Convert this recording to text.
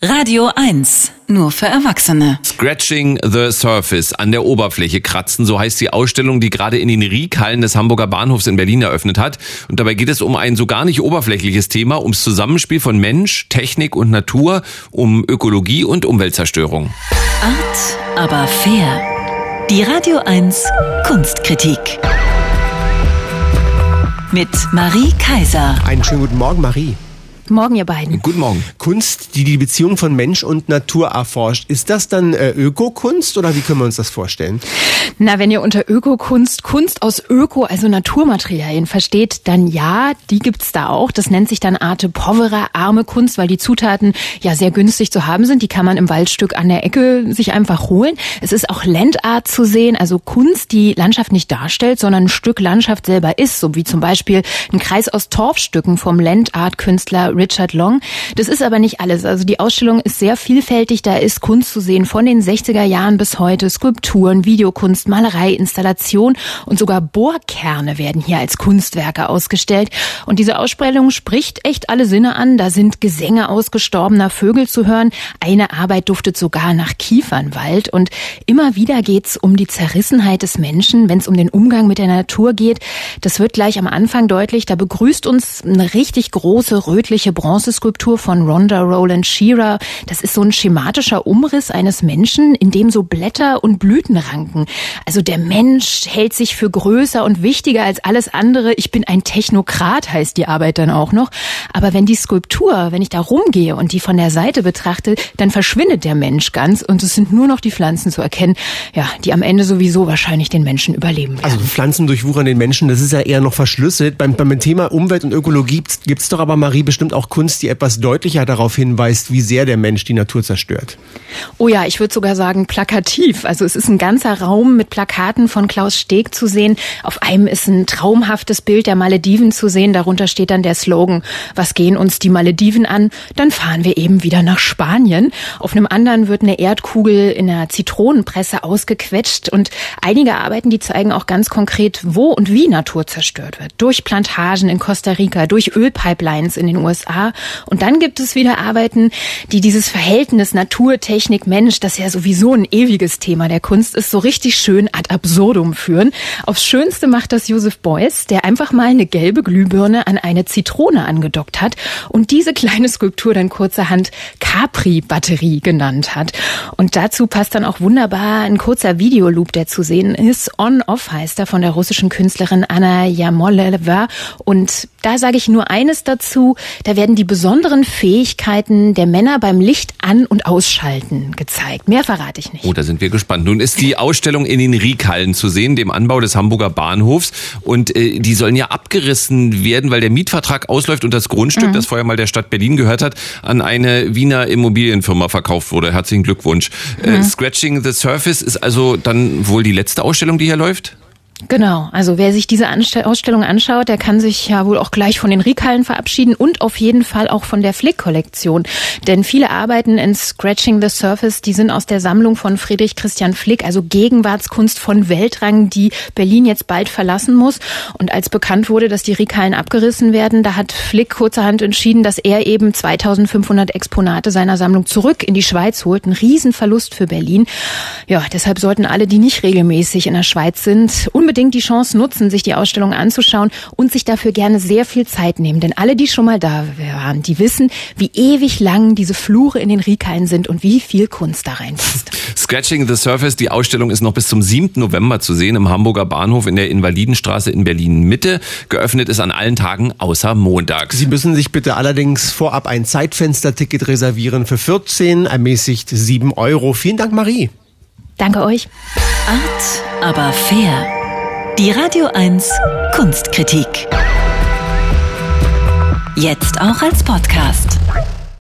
Radio 1, nur für Erwachsene. Scratching the Surface, an der Oberfläche kratzen, so heißt die Ausstellung, die gerade in den Riekhallen des Hamburger Bahnhofs in Berlin eröffnet hat. Und dabei geht es um ein so gar nicht oberflächliches Thema, ums Zusammenspiel von Mensch, Technik und Natur, um Ökologie und Umweltzerstörung. Art, aber fair. Die Radio 1 Kunstkritik. Mit Marie Kaiser. Einen schönen guten Morgen, Marie. Morgen, ihr beiden. Guten Morgen. Kunst, die die Beziehung von Mensch und Natur erforscht. Ist das dann Ökokunst oder wie können wir uns das vorstellen? Na, wenn ihr unter Ökokunst Kunst aus Öko, also Naturmaterialien versteht, dann ja, die gibt's da auch. Das nennt sich dann Arte Povera, arme Kunst, weil die Zutaten ja sehr günstig zu haben sind. Die kann man im Waldstück an der Ecke sich einfach holen. Es ist auch Landart zu sehen, also Kunst, die Landschaft nicht darstellt, sondern ein Stück Landschaft selber ist, so wie zum Beispiel ein Kreis aus Torfstücken vom Landart-Künstler Richard Long. Das ist aber nicht alles. Also die Ausstellung ist sehr vielfältig. Da ist Kunst zu sehen von den 60er Jahren bis heute. Skulpturen, Videokunst, Malerei, Installation und sogar Bohrkerne werden hier als Kunstwerke ausgestellt. Und diese Ausstellung spricht echt alle Sinne an. Da sind Gesänge ausgestorbener Vögel zu hören. Eine Arbeit duftet sogar nach Kiefernwald. Und immer wieder geht's um die Zerrissenheit des Menschen, wenn es um den Umgang mit der Natur geht. Das wird gleich am Anfang deutlich. Da begrüßt uns eine richtig große rötliche Bronzeskulptur von Rhonda Rowland Shearer. Das ist so ein schematischer Umriss eines Menschen, in dem so Blätter und Blüten ranken. Also der Mensch hält sich für größer und wichtiger als alles andere. Ich bin ein Technokrat, heißt die Arbeit dann auch noch. Aber wenn die Skulptur, wenn ich da rumgehe und die von der Seite betrachte, dann verschwindet der Mensch ganz und es sind nur noch die Pflanzen zu erkennen, ja, die am Ende sowieso wahrscheinlich den Menschen überleben werden. Also Pflanzen durchwuchern den Menschen, das ist ja eher noch verschlüsselt. Beim Thema Umwelt und Ökologie gibt's doch aber, Marie, bestimmt auch Kunst, die etwas deutlicher darauf hinweist, wie sehr der Mensch die Natur zerstört. Oh ja, ich würde sogar sagen plakativ. Also es ist ein ganzer Raum mit Plakaten von Klaus Steg zu sehen. Auf einem ist ein traumhaftes Bild der Malediven zu sehen. Darunter steht dann der Slogan: Was gehen uns die Malediven an? Dann fahren wir eben wieder nach Spanien. Auf einem anderen wird eine Erdkugel in einer Zitronenpresse ausgequetscht. Und einige Arbeiten, die zeigen auch ganz konkret, wo und wie Natur zerstört wird. Durch Plantagen in Costa Rica, durch Ölpipelines in den USA. Und dann gibt es wieder Arbeiten, die dieses Verhältnis Natur, Technik, Mensch, das ja sowieso ein ewiges Thema der Kunst ist, so richtig schön ad absurdum führen. Aufs Schönste macht das Joseph Beuys, der einfach mal eine gelbe Glühbirne an eine Zitrone angedockt hat und diese kleine Skulptur dann kurzerhand Capri-Batterie genannt hat. Und dazu passt dann auch wunderbar ein kurzer Videoloop, der zu sehen ist. On-Off heißt er, von der russischen Künstlerin Anna Yarmoleva. Und da sage ich nur eines dazu: Da werden die besonderen Fähigkeiten der Männer beim Licht an- und ausschalten gezeigt. Mehr verrate ich nicht. Oh, da sind wir gespannt. Nun ist die Ausstellung in den Riekhallen zu sehen, dem Anbau des Hamburger Bahnhofs. Und die sollen ja abgerissen werden, weil der Mietvertrag ausläuft und das Grundstück, das vorher mal der Stadt Berlin gehört hat, an eine Wiener Immobilienfirma verkauft wurde. Herzlichen Glückwunsch. Scratching the Surface ist also dann wohl die letzte Ausstellung, die hier läuft? Genau, also wer sich diese Ausstellung anschaut, der kann sich ja wohl auch gleich von den Riekhallen verabschieden und auf jeden Fall auch von der Flick-Kollektion. Denn viele Arbeiten in Scratching the Surface, die sind aus der Sammlung von Friedrich Christian Flick, also Gegenwartskunst von Weltrang, die Berlin jetzt bald verlassen muss. Und als bekannt wurde, dass die Riekhallen abgerissen werden, da hat Flick kurzerhand entschieden, dass er eben 2500 Exponate seiner Sammlung zurück in die Schweiz holt. Ein Riesenverlust für Berlin. Ja, deshalb sollten alle, die nicht regelmäßig in der Schweiz sind, unbedingt die Chance nutzen, sich die Ausstellung anzuschauen und sich dafür gerne sehr viel Zeit nehmen. Denn alle, die schon mal da waren, die wissen, wie ewig lang diese Flure in den Riekhallen sind und wie viel Kunst da reinpasst. Scratching the Surface, die Ausstellung ist noch bis zum 7. November zu sehen im Hamburger Bahnhof in der Invalidenstraße in Berlin-Mitte. Geöffnet ist an allen Tagen außer montags. Sie müssen sich bitte allerdings vorab ein Zeitfensterticket reservieren für 14, ermäßigt 7 Euro. Vielen Dank, Marie. Danke euch. Art, aber fair. Die Radio 1 Kunstkritik. Jetzt auch als Podcast.